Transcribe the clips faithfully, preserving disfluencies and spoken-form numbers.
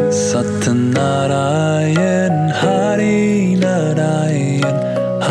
Satnarayan Hari Narayan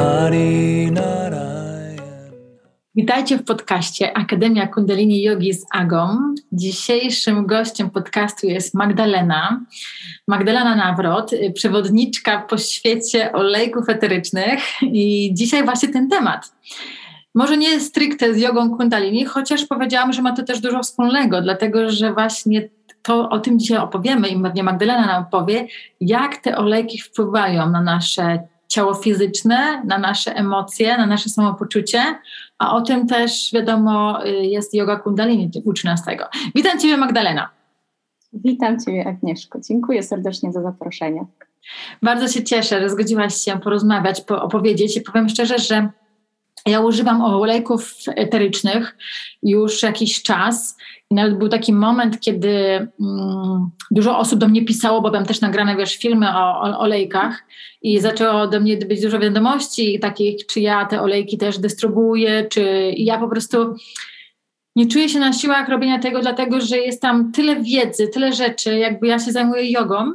Hari Narayan. Witajcie w podcaście Akademia Kundalini Jogi z Agą. Dzisiejszym gościem podcastu jest Magdalena. Magdalena Nawrot, przewodniczka po świecie olejków eterycznych i dzisiaj właśnie ten temat. Może nie stricte z jogą Kundalini, chociaż powiedziałam, że ma to też dużo wspólnego, dlatego że właśnie to o tym dzisiaj opowiemy i pewnie Magdalena nam powie, jak te olejki wpływają na nasze ciało fizyczne, na nasze emocje, na nasze samopoczucie, a o tym też wiadomo jest yoga Kundalini, uczy nas tego. Witam Ciebie, Magdalena. Witam Ciebie, Agnieszko. Dziękuję serdecznie za zaproszenie. Bardzo się cieszę, że zgodziłaś się porozmawiać, opowiedzieć i powiem szczerze, że ja używam olejków eterycznych już jakiś czas i nawet był taki moment, kiedy mm, dużo osób do mnie pisało, bo mam też nagrane, wiesz, filmy o, o olejkach i zaczęło do mnie być dużo wiadomości takich, czy ja te olejki też dystrybuuję, czy ja po prostu nie czuję się na siłach robienia tego, dlatego że jest tam tyle wiedzy, tyle rzeczy, jakby ja się zajmuję jogą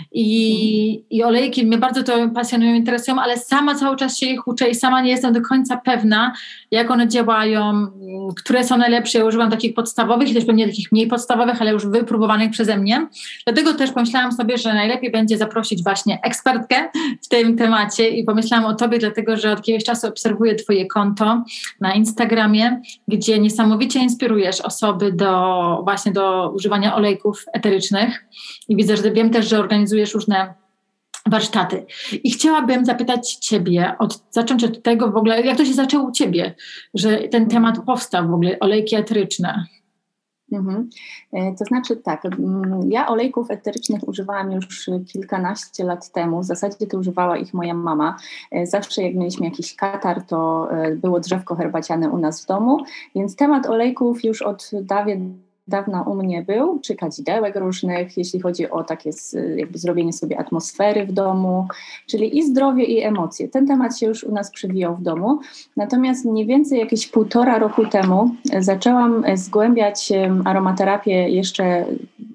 i, mm. i olejki mnie bardzo to pasjonują, interesują, ale sama cały czas się ich uczę i sama nie jestem do końca pewna, jak one działają, które są najlepsze. Ja używam takich podstawowych i też pewnie takich mniej podstawowych, ale już wypróbowanych przeze mnie. Dlatego też pomyślałam sobie, że najlepiej będzie zaprosić właśnie ekspertkę w tym temacie i pomyślałam o Tobie, dlatego że od jakiegoś czasu obserwuję Twoje konto na Instagramie, gdzie niesamowicie inspirujesz osoby do właśnie do używania olejków eterycznych i widzę, że wiem też, że organizujesz różne warsztaty. I chciałabym zapytać Ciebie, od, zacząć od tego w ogóle, jak to się zaczęło u Ciebie, że ten temat powstał w ogóle, olejki eteryczne? Mhm. To znaczy tak, ja olejków eterycznych używałam już kilkanaście lat temu, w zasadzie to używała ich moja mama. Zawsze jak mieliśmy jakiś katar, to było drzewko herbaciane u nas w domu, więc temat olejków już od dawien dawna u mnie był, czy kadzidełek różnych, jeśli chodzi o takie jakby zrobienie sobie atmosfery w domu, czyli i zdrowie, i emocje. Ten temat się już u nas przewijał w domu. Natomiast mniej więcej jakieś półtora roku temu zaczęłam zgłębiać aromaterapię jeszcze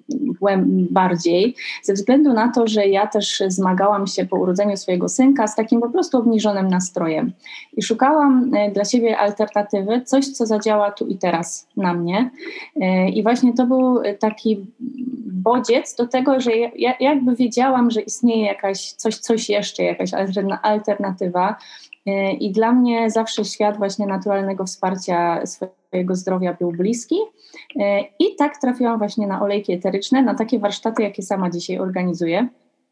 bardziej, ze względu na to, że ja też zmagałam się po urodzeniu swojego synka z takim po prostu obniżonym nastrojem. I szukałam dla siebie alternatywy, coś, co zadziała tu i teraz na mnie. I właśnie to był taki bodziec do tego, że ja jakby wiedziałam, że istnieje jakaś coś, coś jeszcze, jakaś alternatywa. I dla mnie zawsze świat właśnie naturalnego wsparcia swojego zdrowia był bliski. I tak trafiłam właśnie na olejki eteryczne, na takie warsztaty, jakie sama dzisiaj organizuję.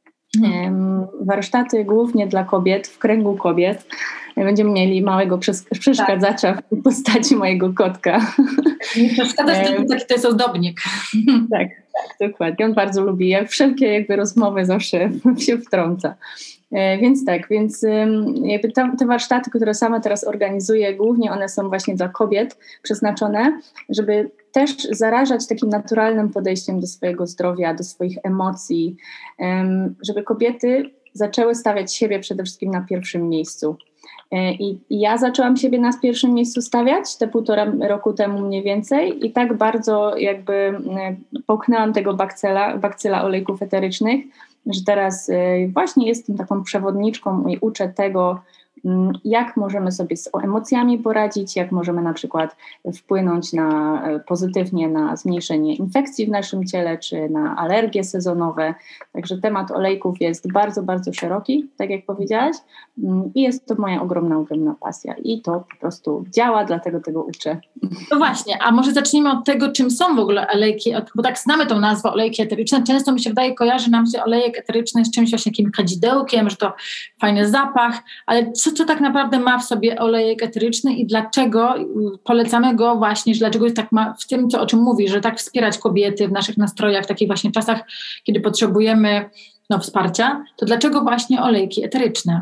Hmm. Warsztaty głównie dla kobiet, w kręgu kobiet. Będziemy mieli małego przeszkadzacza tak. w postaci mojego kotka. Nie przeszkadzasz, to taki to jest ozdobnik. Tak, tak, dokładnie. On bardzo lubi. Jak wszelkie jakby rozmowy zawsze się wtrąca. Więc tak, więc jakby te, te warsztaty, które sama teraz organizuję, głównie one są właśnie dla kobiet przeznaczone, żeby też zarażać takim naturalnym podejściem do swojego zdrowia, do swoich emocji, żeby kobiety zaczęły stawiać siebie przede wszystkim na pierwszym miejscu. I ja zaczęłam siebie na pierwszym miejscu stawiać te półtora roku temu mniej więcej i tak bardzo jakby połknęłam tego bakcyla, bakcyla olejków eterycznych, że teraz właśnie jestem taką przewodniczką i uczę tego, jak możemy sobie z emocjami poradzić, jak możemy na przykład wpłynąć na, pozytywnie na zmniejszenie infekcji w naszym ciele, czy na alergie sezonowe. Także temat olejków jest bardzo, bardzo szeroki, tak jak powiedziałaś, i jest to moja ogromna, ogromna pasja. I to po prostu działa, dlatego tego uczę. No właśnie, a może zacznijmy od tego, czym są w ogóle olejki, bo tak znamy tą nazwę olejki eteryczne. Często mi się wydaje, kojarzy nam się olejek eteryczny z czymś właśnie takim kadzidełkiem, że to fajny zapach, ale co co tak naprawdę ma w sobie olejek eteryczny i dlaczego polecamy go właśnie, że dlaczego jest tak ma w tym, co, o czym mówi, że tak wspierać kobiety w naszych nastrojach, w takich właśnie czasach, kiedy potrzebujemy no, wsparcia, to dlaczego właśnie olejki eteryczne?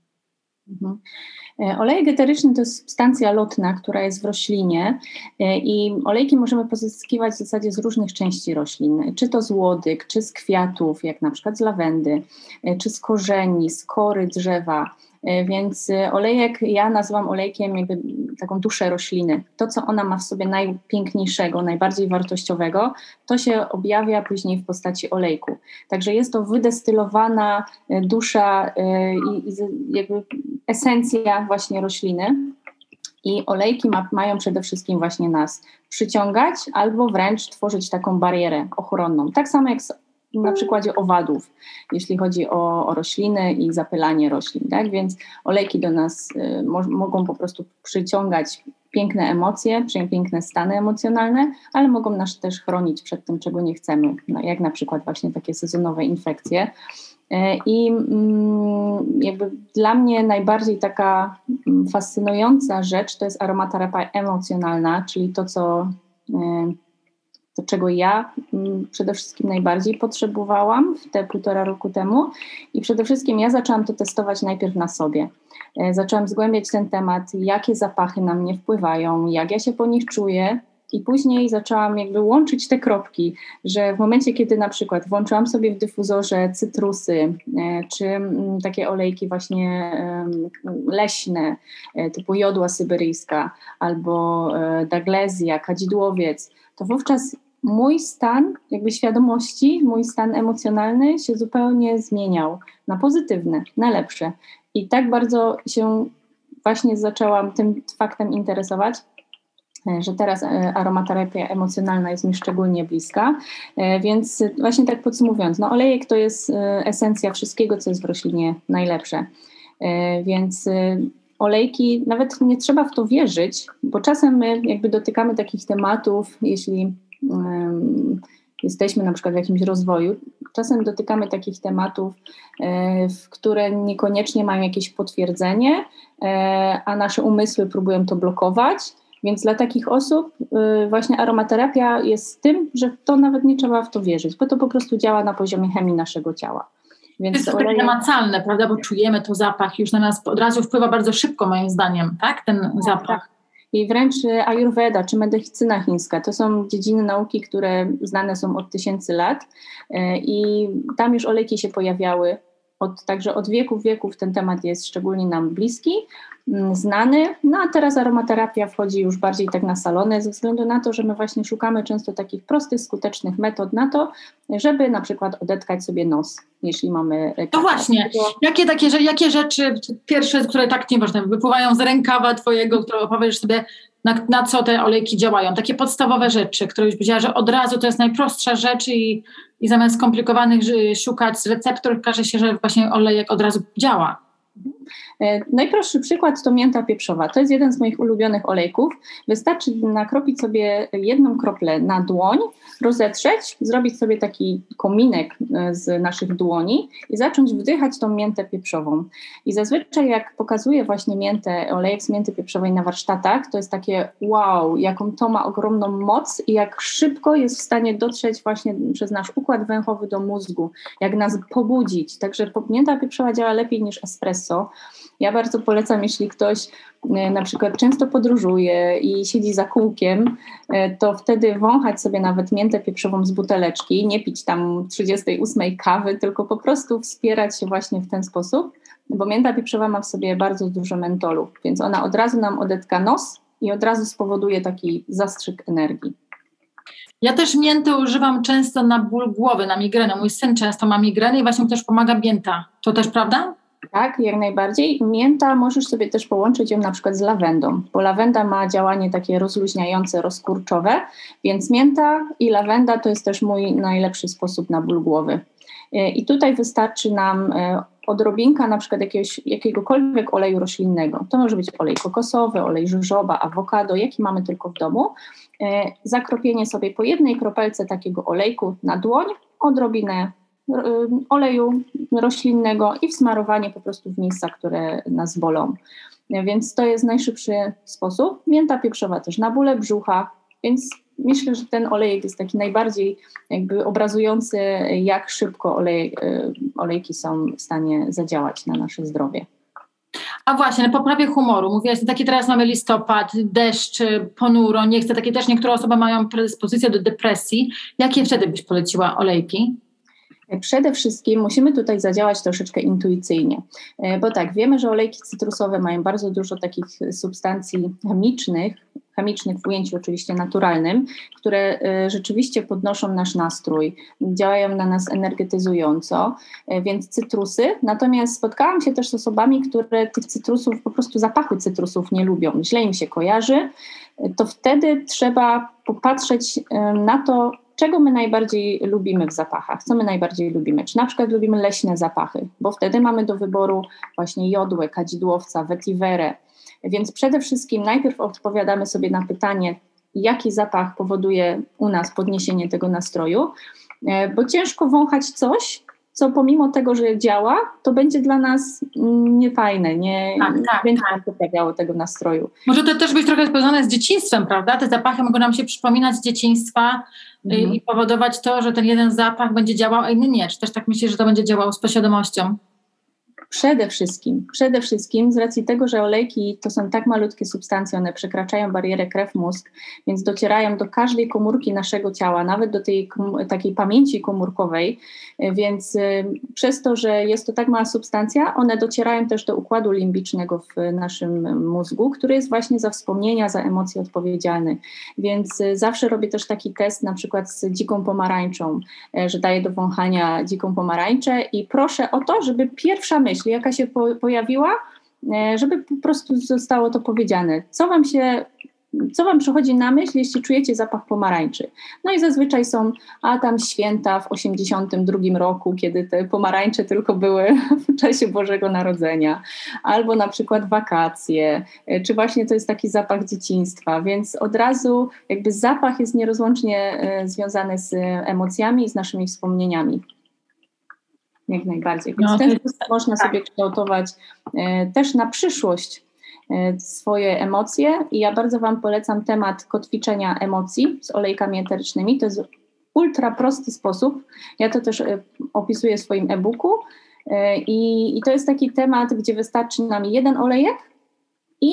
Mhm. Olejek eteryczny to jest substancja lotna, która jest w roślinie i olejki możemy pozyskiwać w zasadzie z różnych części roślin, czy to z łodyg, czy z kwiatów, jak na przykład z lawendy, czy z korzeni, z kory drzewa. Więc olejek ja nazywam olejkiem jakby taką duszę rośliny. To, co ona ma w sobie najpiękniejszego, najbardziej wartościowego, to się objawia później w postaci olejku. Także jest to wydestylowana dusza i, i jakby esencja właśnie rośliny. I olejki ma, mają przede wszystkim właśnie nas przyciągać albo wręcz tworzyć taką barierę ochronną. Tak samo jak na przykładzie owadów, jeśli chodzi o, o rośliny i zapylanie roślin. Tak? Więc olejki do nas y, mo, mogą po prostu przyciągać piękne emocje, piękne stany emocjonalne, ale mogą nas też chronić przed tym, czego nie chcemy, no, jak na przykład właśnie takie sezonowe infekcje. I jakby dla mnie najbardziej taka fascynująca rzecz to jest aromaterapia emocjonalna, czyli to, co, to czego ja przede wszystkim najbardziej potrzebowałam w te półtora roku temu i przede wszystkim ja zaczęłam to testować najpierw na sobie. Zaczęłam zgłębiać ten temat, jakie zapachy na mnie wpływają, jak ja się po nich czuję. I później zaczęłam jakby łączyć te kropki, że w momencie, kiedy na przykład włączyłam sobie w dyfuzorze cytrusy, czy takie olejki właśnie leśne, typu jodła syberyjska, albo daglezja, kadzidłowiec, to wówczas mój stan jakby świadomości, mój stan emocjonalny się zupełnie zmieniał na pozytywne, na lepsze. I tak bardzo się właśnie zaczęłam tym faktem interesować, że teraz aromaterapia emocjonalna jest mi szczególnie bliska, więc właśnie tak podsumowując, no olejek to jest esencja wszystkiego, co jest w roślinie najlepsze, więc olejki, nawet nie trzeba w to wierzyć, bo czasem my jakby dotykamy takich tematów, jeśli um, jesteśmy na przykład w jakimś rozwoju, czasem dotykamy takich tematów, w które niekoniecznie mają jakieś potwierdzenie, a nasze umysły próbują to blokować. Więc dla takich osób y, właśnie aromaterapia jest tym, że to nawet nie trzeba w to wierzyć, bo to po prostu działa na poziomie chemii naszego ciała. Więc jest to oleje... takie namacalne, prawda, bo czujemy to zapach, już na nas od razu wpływa bardzo szybko moim zdaniem, tak, ten tak, zapach. Tak. I wręcz ayurveda czy medycyna chińska to są dziedziny nauki, które znane są od tysięcy lat y, i tam już olejki się pojawiały. Od, także od wieków wieków ten temat jest szczególnie nam bliski, znany, no a teraz aromaterapia wchodzi już bardziej tak na salony ze względu na to, że my właśnie szukamy często takich prostych, skutecznych metod na to, żeby na przykład odetkać sobie nos, jeśli mamy katar. No właśnie, jakie takie, jakie rzeczy pierwsze, które tak nie można, wypływają z rękawa twojego, które opowiesz sobie, na, na co te olejki działają, takie podstawowe rzeczy, które już powiedziała, że od razu to jest najprostsza rzecz i, i zamiast skomplikowanych szukać receptur, okaże się, że właśnie olejek od razu działa. Najprostszy przykład to mięta pieprzowa. To jest jeden z moich ulubionych olejków. Wystarczy nakropić sobie jedną kroplę na dłoń, rozetrzeć, zrobić sobie taki kominek z naszych dłoni i zacząć wdychać tą miętę pieprzową. I zazwyczaj jak pokazuję właśnie miętę, olejek z mięty pieprzowej na warsztatach, to jest takie wow, jaką to ma ogromną moc i jak szybko jest w stanie dotrzeć właśnie przez nasz układ węchowy do mózgu, jak nas pobudzić. Także mięta pieprzowa działa lepiej niż espresso. Ja bardzo polecam, jeśli ktoś na przykład często podróżuje i siedzi za kółkiem, to wtedy wąchać sobie nawet miętę pieprzową z buteleczki, nie pić tam trzydziestej ósmej kawy, tylko po prostu wspierać się właśnie w ten sposób, bo mięta pieprzowa ma w sobie bardzo dużo mentolu, więc ona od razu nam odetka nos i od razu spowoduje taki zastrzyk energii. Ja też mięty używam często na ból głowy, na migrenę. Mój syn często ma migrenę i właśnie mu też pomaga mięta. To też prawda? Tak, jak najbardziej. Mięta możesz sobie też połączyć ją na przykład z lawendą, bo lawenda ma działanie takie rozluźniające, rozkurczowe, więc mięta i lawenda to jest też mój najlepszy sposób na ból głowy. I tutaj wystarczy nam odrobinka na przykład jakiegoś, jakiegokolwiek oleju roślinnego. To może być olej kokosowy, olej żużoba, awokado, jaki mamy tylko w domu. Zakropienie sobie po jednej kropelce takiego olejku na dłoń, odrobinę oleju roślinnego i wsmarowanie po prostu w miejsca, które nas bolą. Więc to jest najszybszy sposób. Mięta pieprzowa też na bóle brzucha, więc myślę, że ten olejek jest taki najbardziej jakby obrazujący, jak szybko olej, olejki są w stanie zadziałać na nasze zdrowie. A właśnie, na poprawie humoru. Mówiłaś, taki teraz mamy listopad, deszcz, ponuro, nie chcę, takie też niektóre osoby mają predyspozycję do depresji. Jakie wtedy byś poleciła olejki? Przede wszystkim musimy tutaj zadziałać troszeczkę intuicyjnie, bo tak, wiemy, że olejki cytrusowe mają bardzo dużo takich substancji chemicznych, chemicznych w ujęciu oczywiście naturalnym, które rzeczywiście podnoszą nasz nastrój, działają na nas energetyzująco, więc cytrusy. Natomiast spotkałam się też z osobami, które tych cytrusów, po prostu zapachu cytrusów nie lubią, źle im się kojarzy, to wtedy trzeba popatrzeć na to, czego my najbardziej lubimy w zapachach, co my najbardziej lubimy. Czy na przykład lubimy leśne zapachy, bo wtedy mamy do wyboru właśnie jodłę, kadzidłowca, vetiverę. Więc przede wszystkim najpierw odpowiadamy sobie na pytanie, jaki zapach powoduje u nas podniesienie tego nastroju, bo ciężko wąchać coś, co pomimo tego, że działa, to będzie dla nas niefajne, nie, tak, nie tak, będzie tak. nam poprawiało tego nastroju. Może to też być trochę związane z dzieciństwem, prawda? Te zapachy mogą nam się przypominać z dzieciństwa mhm. i powodować to, że ten jeden zapach będzie działał, a inny nie. Czy też tak myślisz, że to będzie działało z podświadomością? Przede wszystkim, przede wszystkim z racji tego, że olejki to są tak malutkie substancje, one przekraczają barierę krew-mózg, więc docierają do każdej komórki naszego ciała, nawet do tej takiej pamięci komórkowej, więc y, przez to, że jest to tak mała substancja, one docierają też do układu limbicznego w naszym mózgu, który jest właśnie za wspomnienia, za emocje odpowiedzialny. Więc y, zawsze robię też taki test na przykład z dziką pomarańczą, y, że daję do wąchania dziką pomarańczę i proszę o to, żeby pierwsza myśl, jaka się po, pojawiła, żeby po prostu zostało to powiedziane. Co wam się, co wam przychodzi na myśl, jeśli czujecie zapach pomarańczy? No i zazwyczaj są, a tam święta w osiemdziesiątym drugim roku, kiedy te pomarańcze tylko były w czasie Bożego Narodzenia, albo na przykład wakacje, czy właśnie to jest taki zapach dzieciństwa, więc od razu jakby zapach jest nierozłącznie związany z emocjami i z naszymi wspomnieniami. Jak najbardziej. Więc no, w ten to sposób tak. można sobie kształtować e, też na przyszłość e, swoje emocje i ja bardzo wam polecam temat kotwiczenia emocji z olejkami eterycznymi. To jest ultra prosty sposób. Ja to też e, opisuję w swoim e-booku e, i, i to jest taki temat, gdzie wystarczy nam jeden olejek i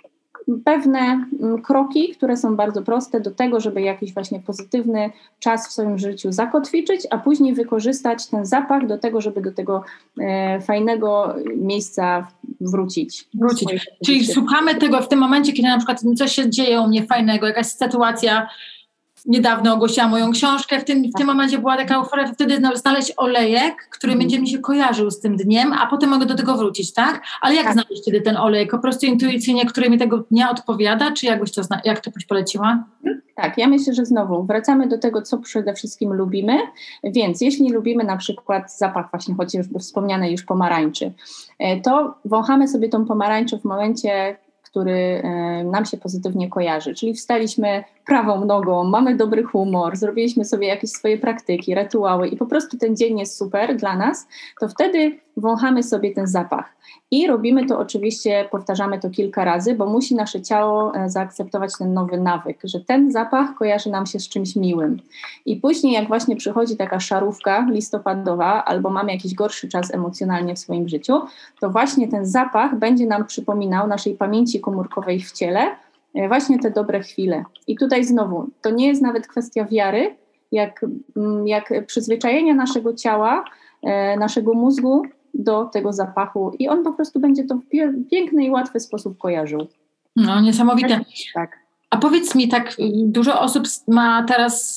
pewne kroki, które są bardzo proste do tego, żeby jakiś właśnie pozytywny czas w swoim życiu zakotwiczyć, a później wykorzystać ten zapach do tego, żeby do tego e, fajnego miejsca wrócić. Wrócić. Czyli słuchamy tego w tym momencie, kiedy na przykład coś się dzieje u mnie fajnego, jakaś sytuacja. Niedawno ogłosiłam moją książkę, w tym, w tym momencie była taka euforia, to wtedy znaleźć olejek, który będzie mi się kojarzył z tym dniem, a potem mogę do tego wrócić, tak? Ale jak tak. znaleźć wtedy ten olejek? Po prostu intuicyjnie, który mi tego dnia odpowiada, czy jak byś to, zna- jak to byś poleciła? Tak, ja myślę, że znowu wracamy do tego, co przede wszystkim lubimy, więc jeśli lubimy na przykład zapach właśnie chociażby wspomnianej już pomarańczy, to wąchamy sobie tą pomarańczę w momencie, który nam się pozytywnie kojarzy, czyli wstaliśmy prawą nogą, mamy dobry humor, zrobiliśmy sobie jakieś swoje praktyki, rytuały i po prostu ten dzień jest super dla nas, to wtedy wąchamy sobie ten zapach. I robimy to oczywiście, powtarzamy to kilka razy, bo musi nasze ciało zaakceptować ten nowy nawyk, że ten zapach kojarzy nam się z czymś miłym. I później jak właśnie przychodzi taka szarówka listopadowa albo mamy jakiś gorszy czas emocjonalnie w swoim życiu, to właśnie ten zapach będzie nam przypominał naszej pamięci komórkowej w ciele właśnie te dobre chwile. I tutaj znowu, to nie jest nawet kwestia wiary, jak, jak przyzwyczajenia naszego ciała, naszego mózgu do tego zapachu i on po prostu będzie to w piękny i łatwy sposób kojarzył. No, niesamowite. Tak. A powiedz mi, tak dużo osób ma teraz,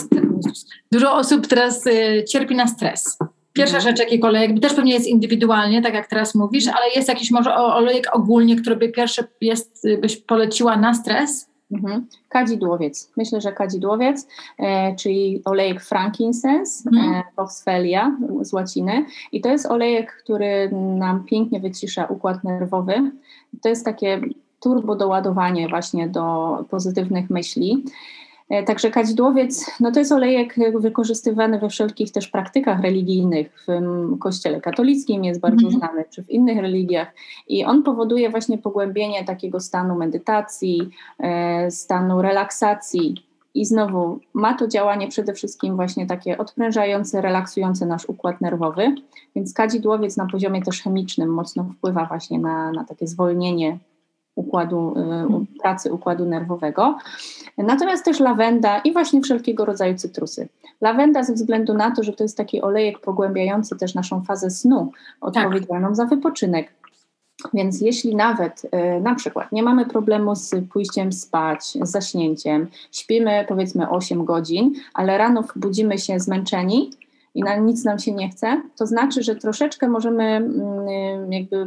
dużo osób teraz y, cierpi na stres. Pierwsza mhm. rzecz, jaki olejek, też pewnie jest indywidualnie, tak jak teraz mówisz, ale jest jakiś może olejek ogólnie, który by pierwszy jest, byś poleciła na stres? Mhm. Kadzidłowiec. Myślę, że kadzidłowiec, e, czyli olejek frankincense, mhm. e, Boswellia z łaciny. I to jest olejek, który nam pięknie wycisza układ nerwowy. To jest takie turbo doładowanie właśnie do pozytywnych myśli. E, także kadzidłowiec, no to jest olejek wykorzystywany we wszelkich też praktykach religijnych. W kościele katolickim jest bardzo mhm. znany, czy w innych religiach. I on powoduje właśnie pogłębienie takiego stanu medytacji, e, stanu relaksacji. I znowu ma to działanie przede wszystkim właśnie takie odprężające, relaksujące nasz układ nerwowy. Więc kadzidłowiec na poziomie też chemicznym mocno wpływa właśnie na, na takie zwolnienie układu, pracy układu nerwowego. Natomiast też lawenda i właśnie wszelkiego rodzaju cytrusy. Lawenda ze względu na to, że to jest taki olejek pogłębiający też naszą fazę snu, odpowiedzialną tak. za wypoczynek. Więc jeśli nawet y, na przykład nie mamy problemu z pójściem spać, z zaśnięciem, śpimy powiedzmy osiem godzin, ale rano budzimy się zmęczeni i na nic nam się nie chce, to znaczy, że troszeczkę możemy y, jakby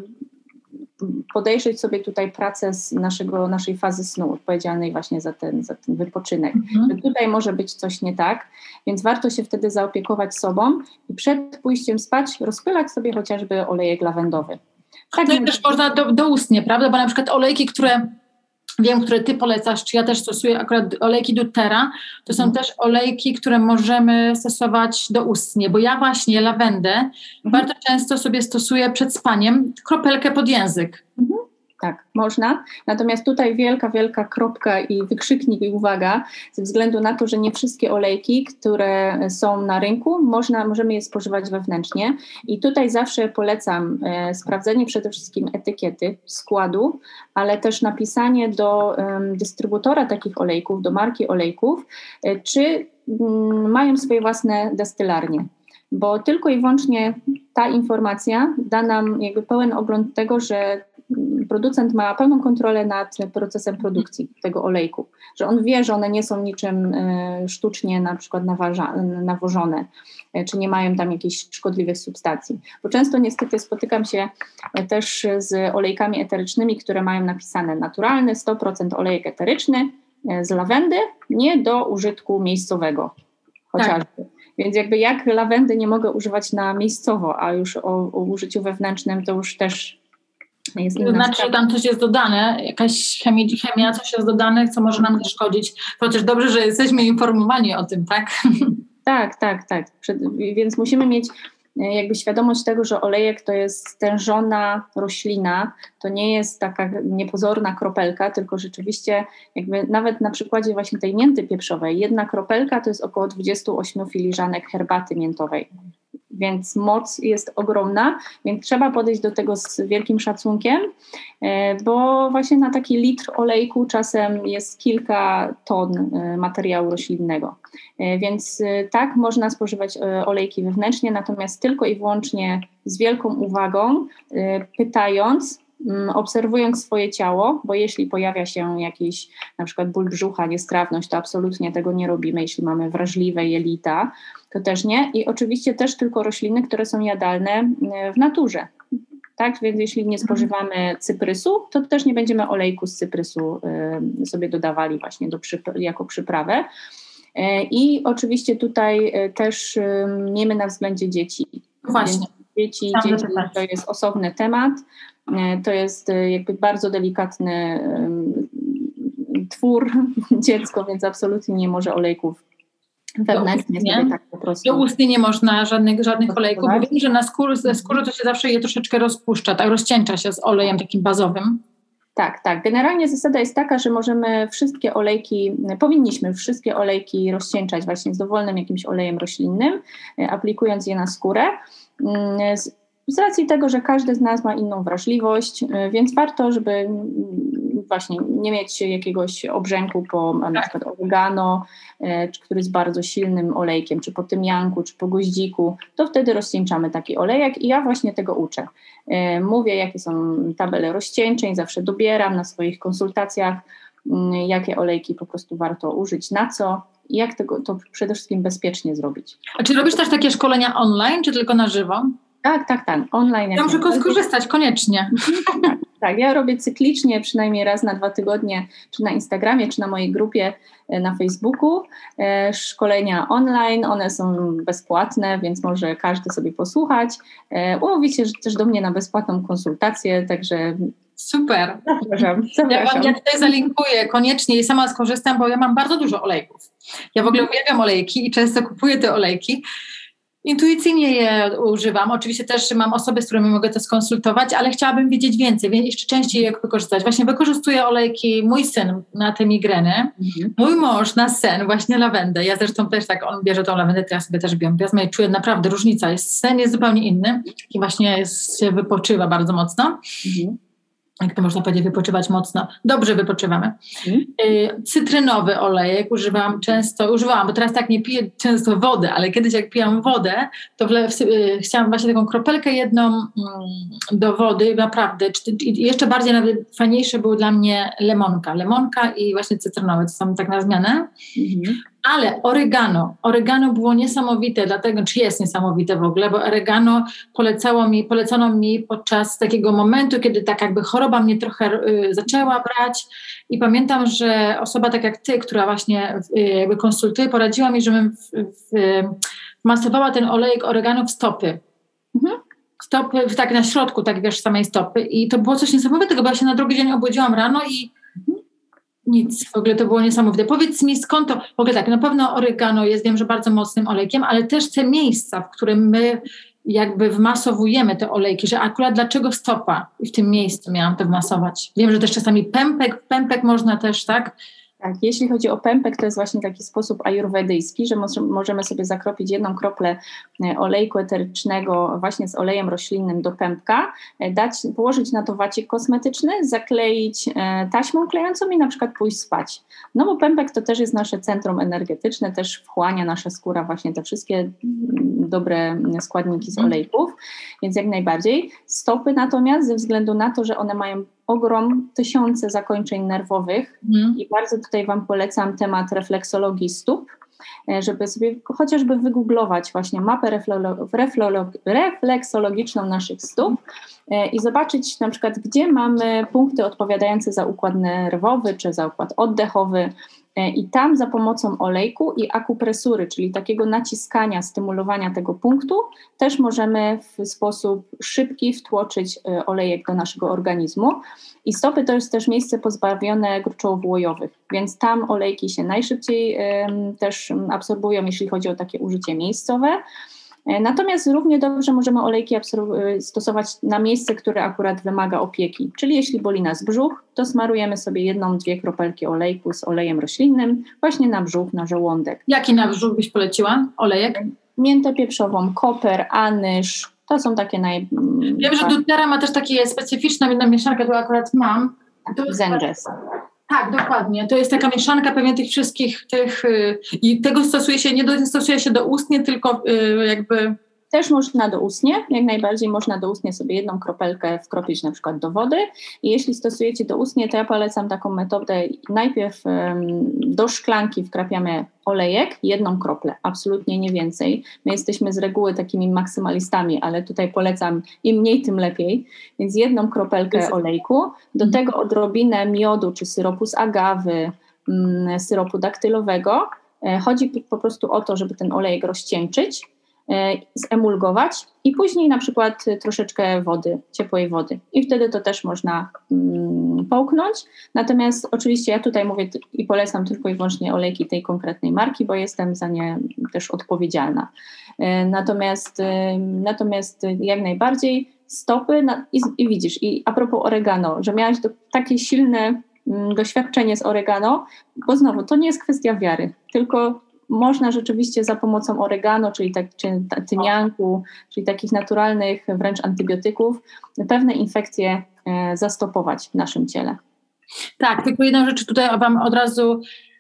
podejrzeć sobie tutaj pracę z naszego, naszej fazy snu, odpowiedzialnej właśnie za ten, za ten wypoczynek. Mhm. Że tutaj może być coś nie tak, więc warto się wtedy zaopiekować sobą i przed pójściem spać rozpylać sobie chociażby olejek lawendowy. Tak, no i też można do, doustnie, prawda? Bo na przykład olejki, które wiem, które ty polecasz, czy ja też stosuję akurat olejki doTERRA, to są mm. też olejki, które możemy stosować doustnie, bo ja właśnie lawendę mm. bardzo często sobie stosuję przed spaniem, kropelkę pod język. Mm. Tak, można. Natomiast tutaj wielka, wielka kropka i wykrzyknik i uwaga, ze względu na to, że nie wszystkie olejki, które są na rynku, można, możemy je spożywać wewnętrznie. I tutaj zawsze polecam e, sprawdzenie przede wszystkim etykiety, składu, ale też napisanie do e, dystrybutora takich olejków, do marki olejków, e, czy m, mają swoje własne destylarnie. Bo tylko i wyłącznie ta informacja da nam jakby pełen ogląd tego, że producent ma pełną kontrolę nad procesem produkcji tego olejku, że on wie, że one nie są niczym y, sztucznie na przykład naważa, nawożone, y, czy nie mają tam jakichś szkodliwych substancji. Bo często niestety spotykam się y, też z olejkami eterycznymi, które mają napisane naturalny, sto procent olejek eteryczny y, z lawendy, nie do użytku miejscowego chociażby. Tak. Więc jakby jak lawendy nie mogę używać na miejscowo, a już o, o użyciu wewnętrznym to już też jest inna To znaczy, sprawa. że tam coś jest dodane, jakaś chemia, chemia, coś jest dodane, co może nam zaszkodzić. To też dobrze, że jesteśmy informowani o tym, tak? Tak, tak, tak. Więc musimy mieć jakby świadomość tego, że olejek to jest stężona roślina, to nie jest taka niepozorna kropelka, tylko rzeczywiście jakby nawet na przykładzie właśnie tej mięty pieprzowej, jedna kropelka to jest około dwadzieścia osiem filiżanek herbaty miętowej. Więc moc jest ogromna, więc trzeba podejść do tego z wielkim szacunkiem, bo właśnie na taki litr olejku czasem jest kilka ton materiału roślinnego. Więc tak, można spożywać olejki wewnętrznie, natomiast tylko i wyłącznie z wielką uwagą, pytając, obserwując swoje ciało, bo jeśli pojawia się jakiś na przykład ból brzucha, niestrawność, to absolutnie tego nie robimy. Jeśli mamy wrażliwe jelita, to też nie. I oczywiście też tylko rośliny, które są jadalne w naturze. Tak, więc jeśli nie spożywamy cyprysu, to też nie będziemy olejku z cyprysu y, sobie dodawali właśnie do przyp- jako przyprawę. Y, I oczywiście tutaj y, też y, miejmy na względzie dzieci. Właśnie. Więc dzieci, dzieci to jest osobny temat. To jest jakby bardzo delikatny um, twór, dziecko, więc absolutnie nie może olejków wewnętrznie sobie tak po prostu. Do ustnie nie można żadnych, żadnych olejków, bo wiem, że na skórze, ze skóry to się zawsze je troszeczkę rozpuszcza, tak rozcieńcza się z olejem takim bazowym. Tak, tak. Generalnie zasada jest taka, że możemy wszystkie olejki, powinniśmy wszystkie olejki rozcieńczać właśnie z dowolnym jakimś olejem roślinnym, aplikując je na skórę. Z racji tego, że każdy z nas ma inną wrażliwość, więc warto, żeby właśnie nie mieć jakiegoś obrzęku po na przykład oregano, który jest bardzo silnym olejkiem, czy po tymianku, czy po goździku, to wtedy rozcieńczamy taki olejek i ja właśnie tego uczę. Mówię, jakie są tabele rozcieńczeń, zawsze dobieram na swoich konsultacjach, jakie olejki po prostu warto użyć, na co i jak tego, to przede wszystkim bezpiecznie zrobić. A czy robisz też takie szkolenia online, czy tylko na żywo? Tak, tak, tak. Online. Ja muszę skorzystać, koniecznie. Tak, tak, ja robię cyklicznie, przynajmniej raz na dwa tygodnie, czy na Instagramie, czy na mojej grupie na Facebooku. E, szkolenia online, one są bezpłatne, więc może każdy sobie posłuchać. E, umówić się też do mnie na bezpłatną konsultację, także... Super. Zapraszam, zapraszam. Ja, ja tutaj zalinkuję koniecznie i sama skorzystam, bo ja mam bardzo dużo olejków. Ja w ogóle uwielbiam olejki i często kupuję te olejki. Intuicyjnie je używam. Oczywiście też mam osoby, z którymi mogę to skonsultować, ale chciałabym wiedzieć więcej, więc jeszcze częściej jak wykorzystać. Właśnie wykorzystuję olejki, mój syn na te migreny, mhm. mój mąż na sen, właśnie lawendę. Ja zresztą też tak, on bierze tą lawendę, to ja sobie też biorę. Ja czuję naprawdę różnica. Jest, sen jest zupełnie inny i właśnie jest, się wypoczywa bardzo mocno. Mhm. jak to można powiedzieć, wypoczywać mocno. Dobrze wypoczywamy. Mm. Y, cytrynowy olejek używam często, używałam, bo teraz tak nie piję często wody, ale kiedyś jak pijam wodę, to wle, w, y, chciałam właśnie taką kropelkę jedną mm, do wody, naprawdę. I jeszcze bardziej nawet fajniejsze było dla mnie lemonka. Lemonka i właśnie cytrynowy, to są tak na zmianę. Mm. Ale oregano, oregano było niesamowite, dlatego, czy jest niesamowite w ogóle, bo oregano polecało mi, polecono mi podczas takiego momentu, kiedy tak jakby choroba mnie trochę y, zaczęła brać i pamiętam, że osoba tak jak ty, która właśnie y, jakby konsultuje, poradziła mi, żebym w, w, masowała ten olejek oregano w stopy. Mhm. Stopy, tak na środku, tak wiesz, samej stopy i to było coś niesamowitego, bo ja się na drugi dzień obudziłam rano i nic, w ogóle to było niesamowite. Powiedz mi, skąd to, w ogóle tak, na pewno oregano jest, wiem, że bardzo mocnym olejkiem, ale też te miejsca, w którym my jakby wmasowujemy te olejki, że akurat dlaczego stopa i w tym miejscu miałam to wmasować. Wiem, że też czasami pępek, pępek można też, tak? Tak, jeśli chodzi o pępek, to jest właśnie taki sposób ajurwedyjski, że możemy sobie zakropić jedną kroplę olejku eterycznego właśnie z olejem roślinnym do pępka, dać, położyć na to wacik kosmetyczny, zakleić taśmą klejącą i na przykład pójść spać. No bo pępek to też jest nasze centrum energetyczne, też wchłania nasza skóra właśnie te wszystkie dobre składniki z olejków, więc jak najbardziej. Stopy natomiast ze względu na to, że one mają ogrom, tysiące zakończeń nerwowych mm. i bardzo tutaj Wam polecam temat refleksologii stóp, żeby sobie chociażby wygooglować właśnie mapę reflolo- reflolo- refleksologiczną naszych stóp i zobaczyć na przykład, gdzie mamy punkty odpowiadające za układ nerwowy czy za układ oddechowy. I tam za pomocą olejku i akupresury, czyli takiego naciskania, stymulowania tego punktu, też możemy w sposób szybki wtłoczyć olejek do naszego organizmu. I stopy to jest też miejsce pozbawione gruczołów łojowych, więc tam olejki się najszybciej um, też absorbują, jeśli chodzi o takie użycie miejscowe. Natomiast równie dobrze możemy olejki absorb- stosować na miejsce, które akurat wymaga opieki. Czyli jeśli boli nas brzuch, to smarujemy sobie jedną, dwie kropelki olejku z olejem roślinnym właśnie na brzuch, na żołądek. Jaki na brzuch byś poleciła olejek? Miętę pieprzową, koper, anyż, to są takie naj... Wiem, że doTERRA ma też takie specyficzną jedną mieszankę, którą akurat mam. Zenges. Tak, dokładnie. To jest taka mieszanka pewnie tych wszystkich tych yy, i tego stosuje się, nie do, stosuje się doustnie, tylko yy, jakby... Też można doustnie, jak najbardziej można doustnie sobie jedną kropelkę wkropić na przykład do wody i jeśli stosujecie doustnie, to ja polecam taką metodę, najpierw um, do szklanki wkrapiamy olejek, jedną kroplę, absolutnie nie więcej. My jesteśmy z reguły takimi maksymalistami, ale tutaj polecam im mniej, tym lepiej, więc jedną kropelkę olejku, do tego odrobinę miodu czy syropu z agawy, um, syropu daktylowego. Chodzi po prostu o to, żeby ten olejek rozcieńczyć, zemulgować i później na przykład troszeczkę wody, ciepłej wody i wtedy to też można mm, połknąć. Natomiast oczywiście ja tutaj mówię i polecam tylko i wyłącznie olejki tej konkretnej marki, bo jestem za nie też odpowiedzialna. Natomiast, natomiast jak najbardziej stopy na, i, i widzisz, i a propos oregano, że miałaś to, takie silne mm, doświadczenie z oregano, bo znowu to nie jest kwestia wiary, tylko można rzeczywiście za pomocą oregano, czyli tak, czy tymianku, czyli takich naturalnych wręcz antybiotyków, pewne infekcje e, zastopować w naszym ciele. Tak, tylko jedną rzecz tutaj Wam od razu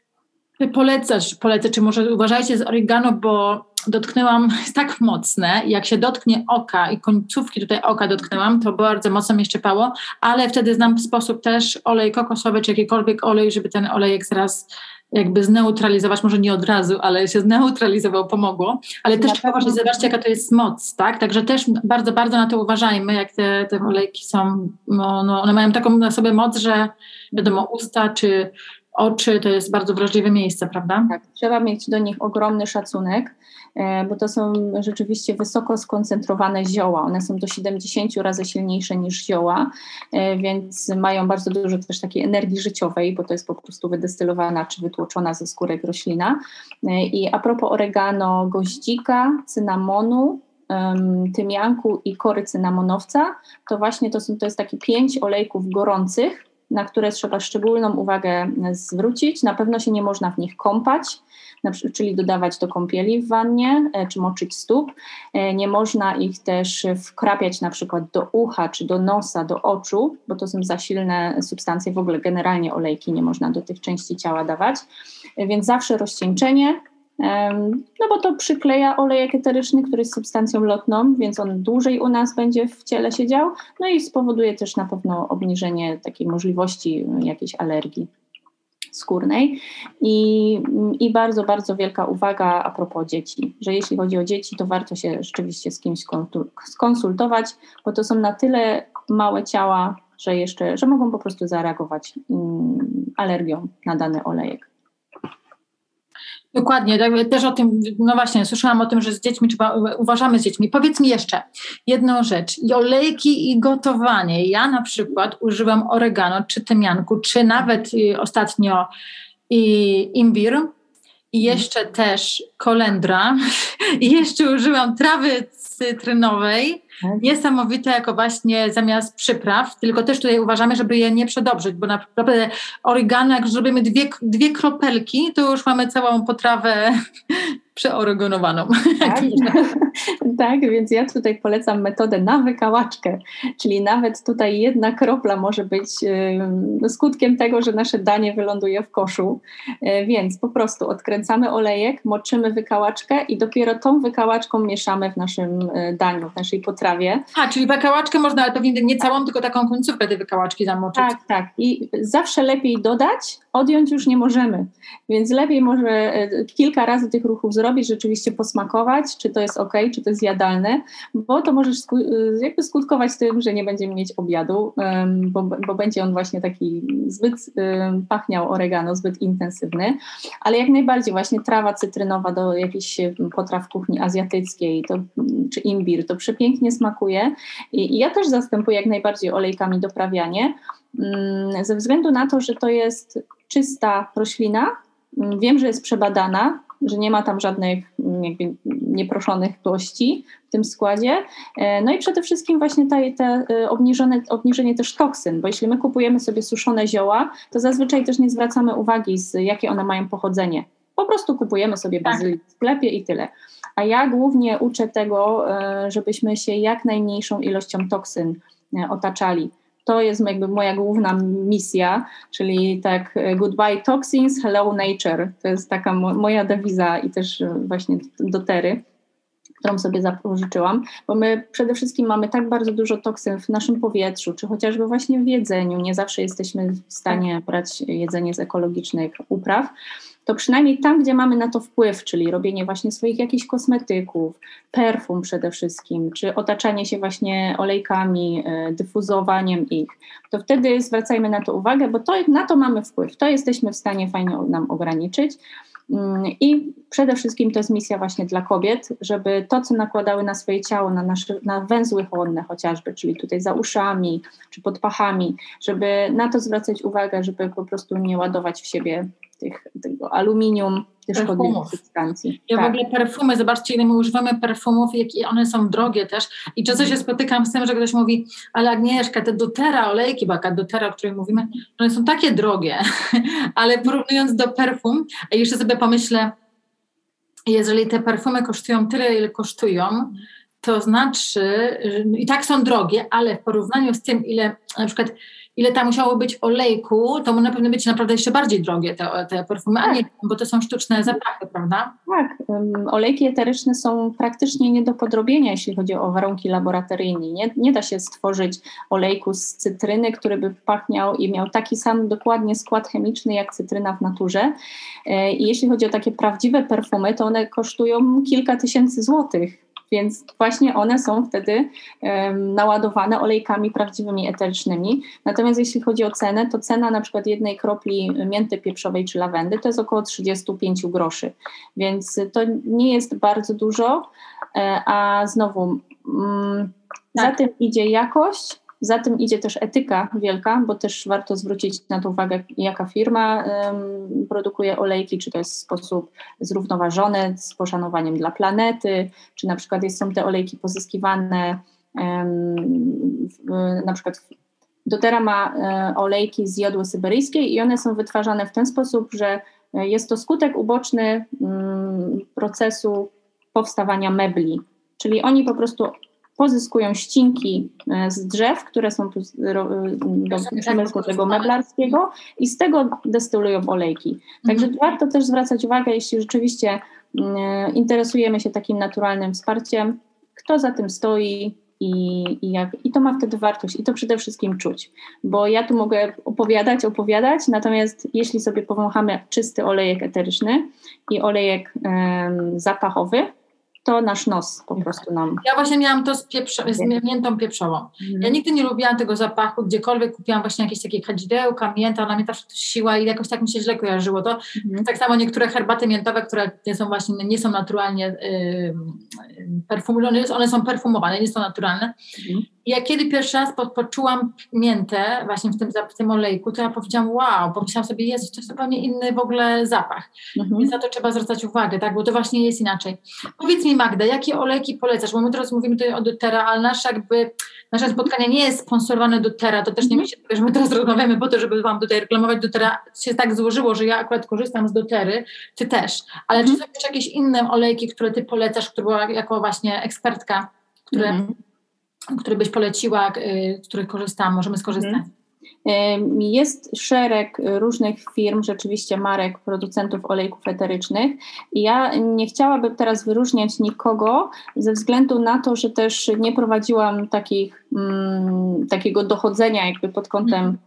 polecasz, polecę, czy może uważajcie z oregano, bo dotknęłam, jest tak mocne, jak się dotknie oka i końcówki tutaj oka dotknęłam, to bardzo mocno mnie szczypało, ale wtedy znam sposób też olej kokosowy, czy jakikolwiek olej, żeby ten olejek zaraz jakby zneutralizować, może nie od razu, ale się zneutralizował, pomogło, ale też trzeba uważać, zobaczcie jaka to jest moc, tak? Także też bardzo, bardzo na to uważajmy, jak te, te olejki są, no, no, one mają taką na sobie moc, że wiadomo, usta czy oczy to jest bardzo wrażliwe miejsce, prawda? Tak, trzeba mieć do nich ogromny szacunek, bo to są rzeczywiście wysoko skoncentrowane zioła. One są do siedemdziesiąt razy silniejsze niż zioła, więc mają bardzo dużo też takiej energii życiowej, bo to jest po prostu wydestylowana czy wytłoczona ze skórek roślina. I a propos oregano, goździka, cynamonu, tymianku i kory cynamonowca, to właśnie to, są, to jest takie pięć olejków gorących, na które trzeba szczególną uwagę zwrócić. Na pewno się nie można w nich kąpać, czyli dodawać do kąpieli w wannie, czy moczyć stóp. Nie można ich też wkrapiać na przykład do ucha, czy do nosa, do oczu, bo to są za silne substancje, w ogóle generalnie olejki nie można do tych części ciała dawać. Więc zawsze rozcieńczenie, no bo to przykleja olejek eteryczny, który jest substancją lotną, więc on dłużej u nas będzie w ciele siedział, no i spowoduje też na pewno obniżenie takiej możliwości jakiejś alergii skórnej. I, I bardzo, bardzo wielka uwaga a propos dzieci, że jeśli chodzi o dzieci, to warto się rzeczywiście z kimś skonsultować, bo to są na tyle małe ciała, że jeszcze, że mogą po prostu zareagować alergią na dany olejek. Dokładnie, też o tym, no właśnie, słyszałam o tym, że z dziećmi trzeba, uważamy z dziećmi. Powiedz mi jeszcze jedną rzecz, i olejki i gotowanie. Ja na przykład używam oregano, czy tymianku, czy nawet y, ostatnio i imbir, i jeszcze hmm. też kolendra, i jeszcze użyłam trawy cytrynowej, niesamowite jako właśnie zamiast przypraw, tylko też tutaj uważamy, żeby je nie przedobrzyć, bo naprawdę oregano, jak zrobimy dwie, dwie kropelki, to już mamy całą potrawę przeoregonowaną. Tak, tak, więc ja tutaj polecam metodę na wykałaczkę, czyli nawet tutaj jedna kropla może być y, skutkiem tego, że nasze danie wyląduje w koszu, y, więc po prostu odkręcamy olejek, moczymy wykałaczkę i dopiero tą wykałaczką mieszamy w naszym y, daniu, w naszej potrawie. A, czyli wykałaczkę można, ale pewnie nie całą, tylko taką końcówkę tej wykałaczki zamoczyć. Tak, tak. I zawsze lepiej dodać, odjąć już nie możemy, więc lepiej może y, kilka razy tych ruchów zrobić, rzeczywiście posmakować, czy to jest ok, czy to jest jadalne, bo to może sku- jakby skutkować tym, że nie będziemy mieć obiadu, um, bo, bo będzie on właśnie taki zbyt um, pachniał oregano, zbyt intensywny, ale jak najbardziej właśnie trawa cytrynowa do jakichś potraw kuchni azjatyckiej, to, czy imbir, to przepięknie smakuje i, i ja też zastępuję jak najbardziej olejkami doprawianie, um, ze względu na to, że to jest czysta roślina, um, wiem, że jest przebadana, że nie ma tam żadnych jakby nieproszonych gości w tym składzie. No i przede wszystkim właśnie te, te obniżone, obniżenie też toksyn, bo jeśli my kupujemy sobie suszone zioła, to zazwyczaj też nie zwracamy uwagi, z jakie one mają pochodzenie. Po prostu kupujemy sobie bazylię w sklepie i tyle. A ja głównie uczę tego, żebyśmy się jak najmniejszą ilością toksyn otaczali. To jest jakby moja główna misja, czyli tak goodbye toxins, hello nature. To jest taka mo- moja dewiza i też właśnie dotery, którą sobie zapożyczyłam, bo my przede wszystkim mamy tak bardzo dużo toksyn w naszym powietrzu, czy chociażby właśnie w jedzeniu. Nie zawsze jesteśmy w stanie brać jedzenie z ekologicznych upraw. To przynajmniej tam, gdzie mamy na to wpływ, czyli robienie właśnie swoich jakichś kosmetyków, perfum przede wszystkim, czy otaczanie się właśnie olejkami, dyfuzowaniem ich, to wtedy zwracajmy na to uwagę, bo to, na to mamy wpływ. To jesteśmy w stanie fajnie nam ograniczyć. I przede wszystkim to jest misja właśnie dla kobiet, żeby to, co nakładały na swoje ciało, na, nasze, na węzły chłonne chociażby, czyli tutaj za uszami czy pod pachami, żeby na to zwracać uwagę, żeby po prostu nie ładować w siebie tych, tego aluminium, tych szkodliwych substancji. Ja tak. w ogóle perfumy, zobaczcie, ile my używamy perfumów, jakie one są drogie też. I często się spotykam z tym, że ktoś mówi, ale Agnieszka, te doTERRA olejki, bo jaka doTERRA, o której mówimy, one są takie drogie, ale porównując do perfum, a jeszcze sobie pomyślę, jeżeli te perfumy kosztują tyle, ile kosztują, to znaczy, i tak są drogie, ale w porównaniu z tym, ile na przykład ile tam musiało być olejku, to na pewno być naprawdę jeszcze bardziej drogie te, te perfumy, tak. A nie, bo to są sztuczne zapachy, prawda? Tak, um, olejki eteryczne są praktycznie nie do podrobienia, jeśli chodzi o warunki laboratoryjne. Nie, nie da się stworzyć olejku z cytryny, który by pachniał i miał taki sam dokładnie skład chemiczny jak cytryna w naturze. E, I jeśli chodzi o takie prawdziwe perfumy, to one kosztują kilka tysięcy złotych. Więc właśnie one są wtedy um, naładowane olejkami prawdziwymi eterycznymi. Natomiast jeśli chodzi o cenę, to cena na przykład jednej kropli mięty pieprzowej czy lawendy to jest około trzydzieści pięć groszy. Więc to nie jest bardzo dużo, a znowu um, tak. Za tym idzie jakość, za tym idzie też etyka wielka, bo też warto zwrócić na to uwagę, jaka firma um, produkuje olejki, czy to jest w sposób zrównoważony, z poszanowaniem dla planety, czy na przykład są te olejki pozyskiwane um, w, na przykład w, doTERRA ma olejki z jodły syberyjskiej i one są wytwarzane w ten sposób, że jest to skutek uboczny procesu powstawania mebli, czyli oni po prostu pozyskują ścinki z drzew, które są tu do przemysłu tego meblarskiego i z tego destylują olejki. Także mhm. warto też zwracać uwagę, jeśli rzeczywiście interesujemy się takim naturalnym wsparciem, kto za tym stoi i, i, jak, i to ma wtedy wartość i to przede wszystkim czuć, bo ja tu mogę opowiadać, opowiadać, natomiast jeśli sobie powąchamy czysty olejek eteryczny i olejek um, zapachowy, to nasz nos po prostu nam... Ja właśnie miałam to z, pieprzo- z miętą pieprzową. Mm. Ja nigdy nie lubiłam tego zapachu, gdziekolwiek kupiłam właśnie jakieś takie kadzidełka, mięta, ona mnie ta siła i jakoś tak mi się źle kojarzyło. To mm. tak samo niektóre herbaty miętowe, które nie są właśnie, nie są naturalnie yy, perfumowane, one są perfumowane, nie są naturalne. Mm. I ja kiedy pierwszy raz po, poczułam miętę właśnie w tym, w tym olejku, to ja powiedziałam wow, pomyślałam sobie, jest to zupełnie inny w ogóle zapach. Mm-hmm. Więc na to trzeba zwracać uwagę, tak, bo to właśnie jest inaczej. Powiedz mi Magda, jakie olejki polecasz? Bo my teraz mówimy tutaj o doTERRA, ale nasze jakby, nasze spotkanie nie jest sponsorowane doTERRA, to też nie myślę, że my teraz rozmawiamy po to, żeby wam tutaj reklamować doTERRA. Się tak złożyło, że ja akurat korzystam z doTERRY, ty też. Ale mm-hmm. czy są jeszcze jakieś inne olejki, które ty polecasz, które była jako właśnie ekspertka, które... Mm-hmm. który byś poleciła, z których korzystam, możemy skorzystać? Jest szereg różnych firm, rzeczywiście marek, producentów olejków eterycznych i ja nie chciałabym teraz wyróżniać nikogo ze względu na to, że też nie prowadziłam takich, mm, takiego dochodzenia jakby pod kątem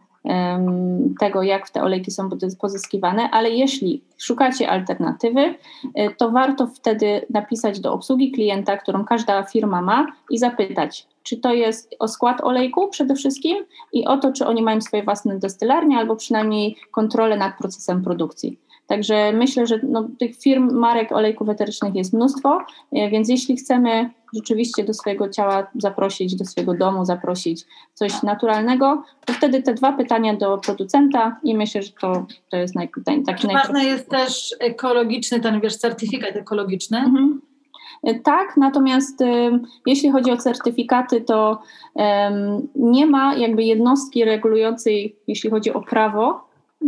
um, tego, jak te olejki są pozyskiwane, ale jeśli szukacie alternatywy, to warto wtedy napisać do obsługi klienta, którą każda firma ma i zapytać, czy to jest o skład olejku przede wszystkim i o to, czy oni mają swoje własne destylarnie albo przynajmniej kontrolę nad procesem produkcji. Także myślę, że no, tych firm, marek olejków eterycznych jest mnóstwo, więc jeśli chcemy rzeczywiście do swojego ciała zaprosić, do swojego domu zaprosić coś naturalnego, to wtedy te dwa pytania do producenta i myślę, że to, to jest naj, taki najprostszy. Ważny jest też ekologiczny, ten wiesz, certyfikat ekologiczny. Mhm. Tak, natomiast y, jeśli chodzi o certyfikaty, to y, nie ma jakby jednostki regulującej, jeśli chodzi o prawo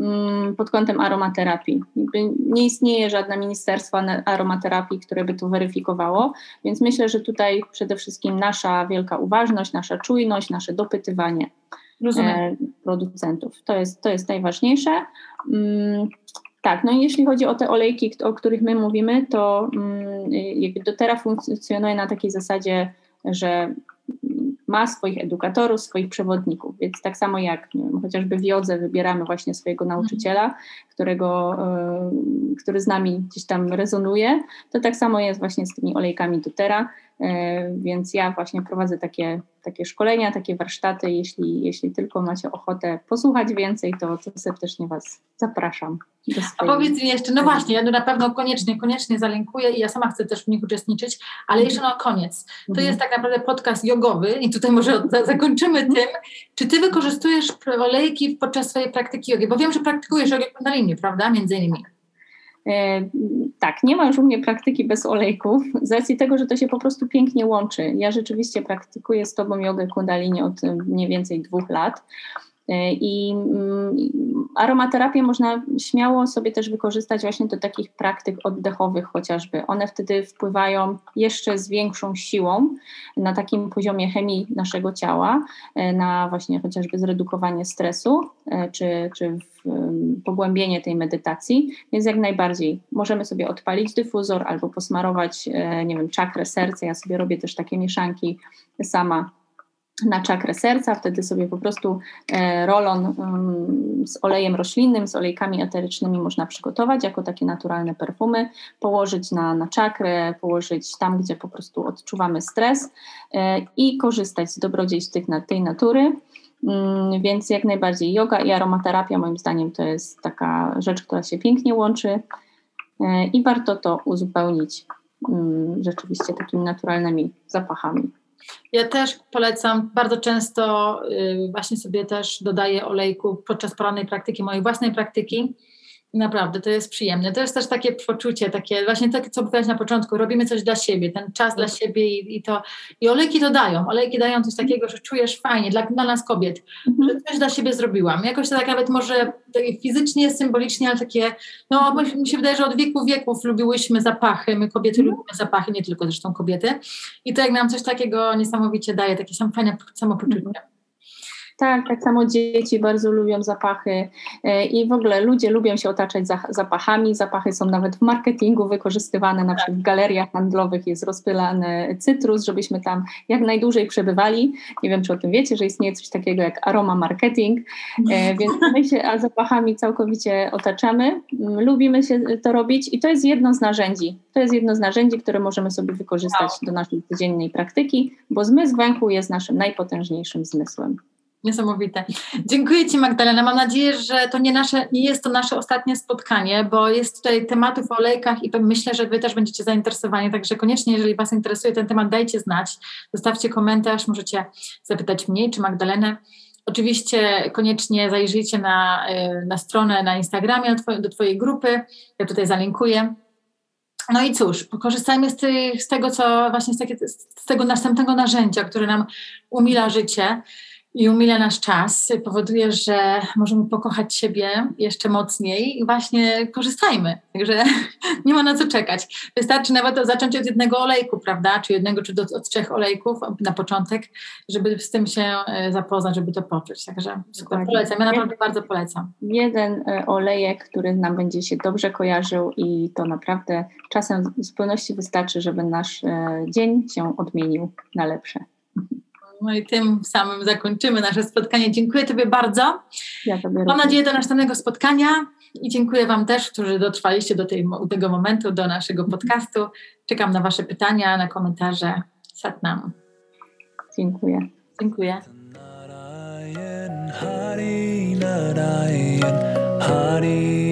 y, pod kątem aromaterapii. Jakby nie istnieje żadne ministerstwo aromaterapii, które by to weryfikowało, więc myślę, że tutaj przede wszystkim nasza wielka uważność, nasza czujność, nasze dopytywanie e, producentów. To jest, to jest najważniejsze. Y, Tak, no i jeśli chodzi o te olejki, o których my mówimy, to jakby doTERRA funkcjonuje na takiej zasadzie, że ma swoich edukatorów, swoich przewodników, więc tak samo jak nie wiem, chociażby w jodze wybieramy właśnie swojego nauczyciela, którego, który z nami gdzieś tam rezonuje, to tak samo jest właśnie z tymi olejkami doTERRA, więc ja właśnie prowadzę takie, takie szkolenia, takie warsztaty, jeśli, jeśli tylko macie ochotę posłuchać więcej, to, to serdecznie Was zapraszam. Do A powiedz mi jeszcze, no właśnie, ja na pewno koniecznie, koniecznie zalinkuję i ja sama chcę też w nich uczestniczyć, ale jeszcze na koniec. To mhm. jest tak naprawdę podcast jogowy i tutaj może zakończymy tym, czy Ty wykorzystujesz olejki podczas swojej praktyki jogi, bo wiem, że praktykujesz jogę kundalini, prawda, między innymi. E, tak, nie ma już u mnie praktyki bez olejków, z racji tego, że to się po prostu pięknie łączy. Ja rzeczywiście praktykuję z Tobą jogę kundalini od mniej więcej dwóch lat i aromaterapię można śmiało sobie też wykorzystać właśnie do takich praktyk oddechowych chociażby. One wtedy wpływają jeszcze z większą siłą na takim poziomie chemii naszego ciała, na właśnie chociażby zredukowanie stresu czy, czy pogłębienie tej medytacji, więc jak najbardziej możemy sobie odpalić dyfuzor albo posmarować, nie wiem, czakrę serca. Ja sobie robię też takie mieszanki sama na czakrę serca, wtedy sobie po prostu e, rolon um, z olejem roślinnym, z olejkami eterycznymi można przygotować jako takie naturalne perfumy, położyć na, na czakrę, położyć tam, gdzie po prostu odczuwamy stres e, i korzystać z dobrodziejstw tych, na, tej natury. Um, więc jak najbardziej yoga i aromaterapia moim zdaniem to jest taka rzecz, która się pięknie łączy e, i warto to uzupełnić um, rzeczywiście takimi naturalnymi zapachami. Ja też polecam, bardzo często y, właśnie sobie też dodaję olejku podczas porannej praktyki, mojej własnej praktyki. Naprawdę, to jest przyjemne. To jest też takie poczucie, takie właśnie tak, co powiedziałaś na początku, robimy coś dla siebie, ten czas dla siebie i, i to, i olejki to dają. Olejki dają coś takiego, że czujesz fajnie, dla, dla nas kobiet, Mhm. że coś dla siebie zrobiłam. Jakoś to tak nawet może tak fizycznie, symbolicznie, ale takie, no mi się wydaje, że od wieku wieków lubiłyśmy zapachy, my kobiety lubimy zapachy, nie tylko zresztą kobiety. I to jak nam coś takiego niesamowicie daje, takie sam, fajne samopoczucie. Tak, tak samo dzieci bardzo lubią zapachy i w ogóle ludzie lubią się otaczać zapachami. Zapachy są nawet w marketingu wykorzystywane, na przykład w galeriach handlowych jest rozpylany cytrus, żebyśmy tam jak najdłużej przebywali. Nie wiem, czy o tym wiecie, że istnieje coś takiego jak aroma marketing, więc my się zapachami całkowicie otaczamy. Lubimy się to robić i to jest jedno z narzędzi. To jest jedno z narzędzi, które możemy sobie wykorzystać do naszej codziennej praktyki, bo zmysł węchu jest naszym najpotężniejszym zmysłem. Niesamowite. Dziękuję Ci, Magdalena. Mam nadzieję, że to nie, nasze, nie jest to nasze ostatnie spotkanie, bo jest tutaj tematów o olejkach i myślę, że Wy też będziecie zainteresowani, także koniecznie, jeżeli Was interesuje ten temat, dajcie znać, zostawcie komentarz, możecie zapytać mnie czy Magdalenę. Oczywiście koniecznie zajrzyjcie na, na stronę na Instagramie do Twojej grupy, ja tutaj zalinkuję. No i cóż, korzystajmy z, tych, z tego, co właśnie z, takie, z tego następnego narzędzia, które nam umila życie i umila nasz czas, powoduje, że możemy pokochać siebie jeszcze mocniej i właśnie korzystajmy. Także nie ma na co czekać. Wystarczy nawet zacząć od jednego olejku, prawda? Czy jednego, czy do, od trzech olejków na początek, żeby z tym się zapoznać, żeby to poczuć. Także super, polecam. Ja naprawdę bardzo polecam. Jeden olejek, który nam będzie się dobrze kojarzył i to naprawdę czasem w zupełności wystarczy, żeby nasz dzień się odmienił na lepsze. No i tym samym zakończymy nasze spotkanie. Dziękuję Tobie bardzo. Ja tobie Mam nadzieję do następnego spotkania i dziękuję Wam też, którzy dotrwaliście do tej, tego momentu, do naszego podcastu. Czekam na Wasze pytania, na komentarze. Sat Nam. Dziękuję. Dziękuję. Hari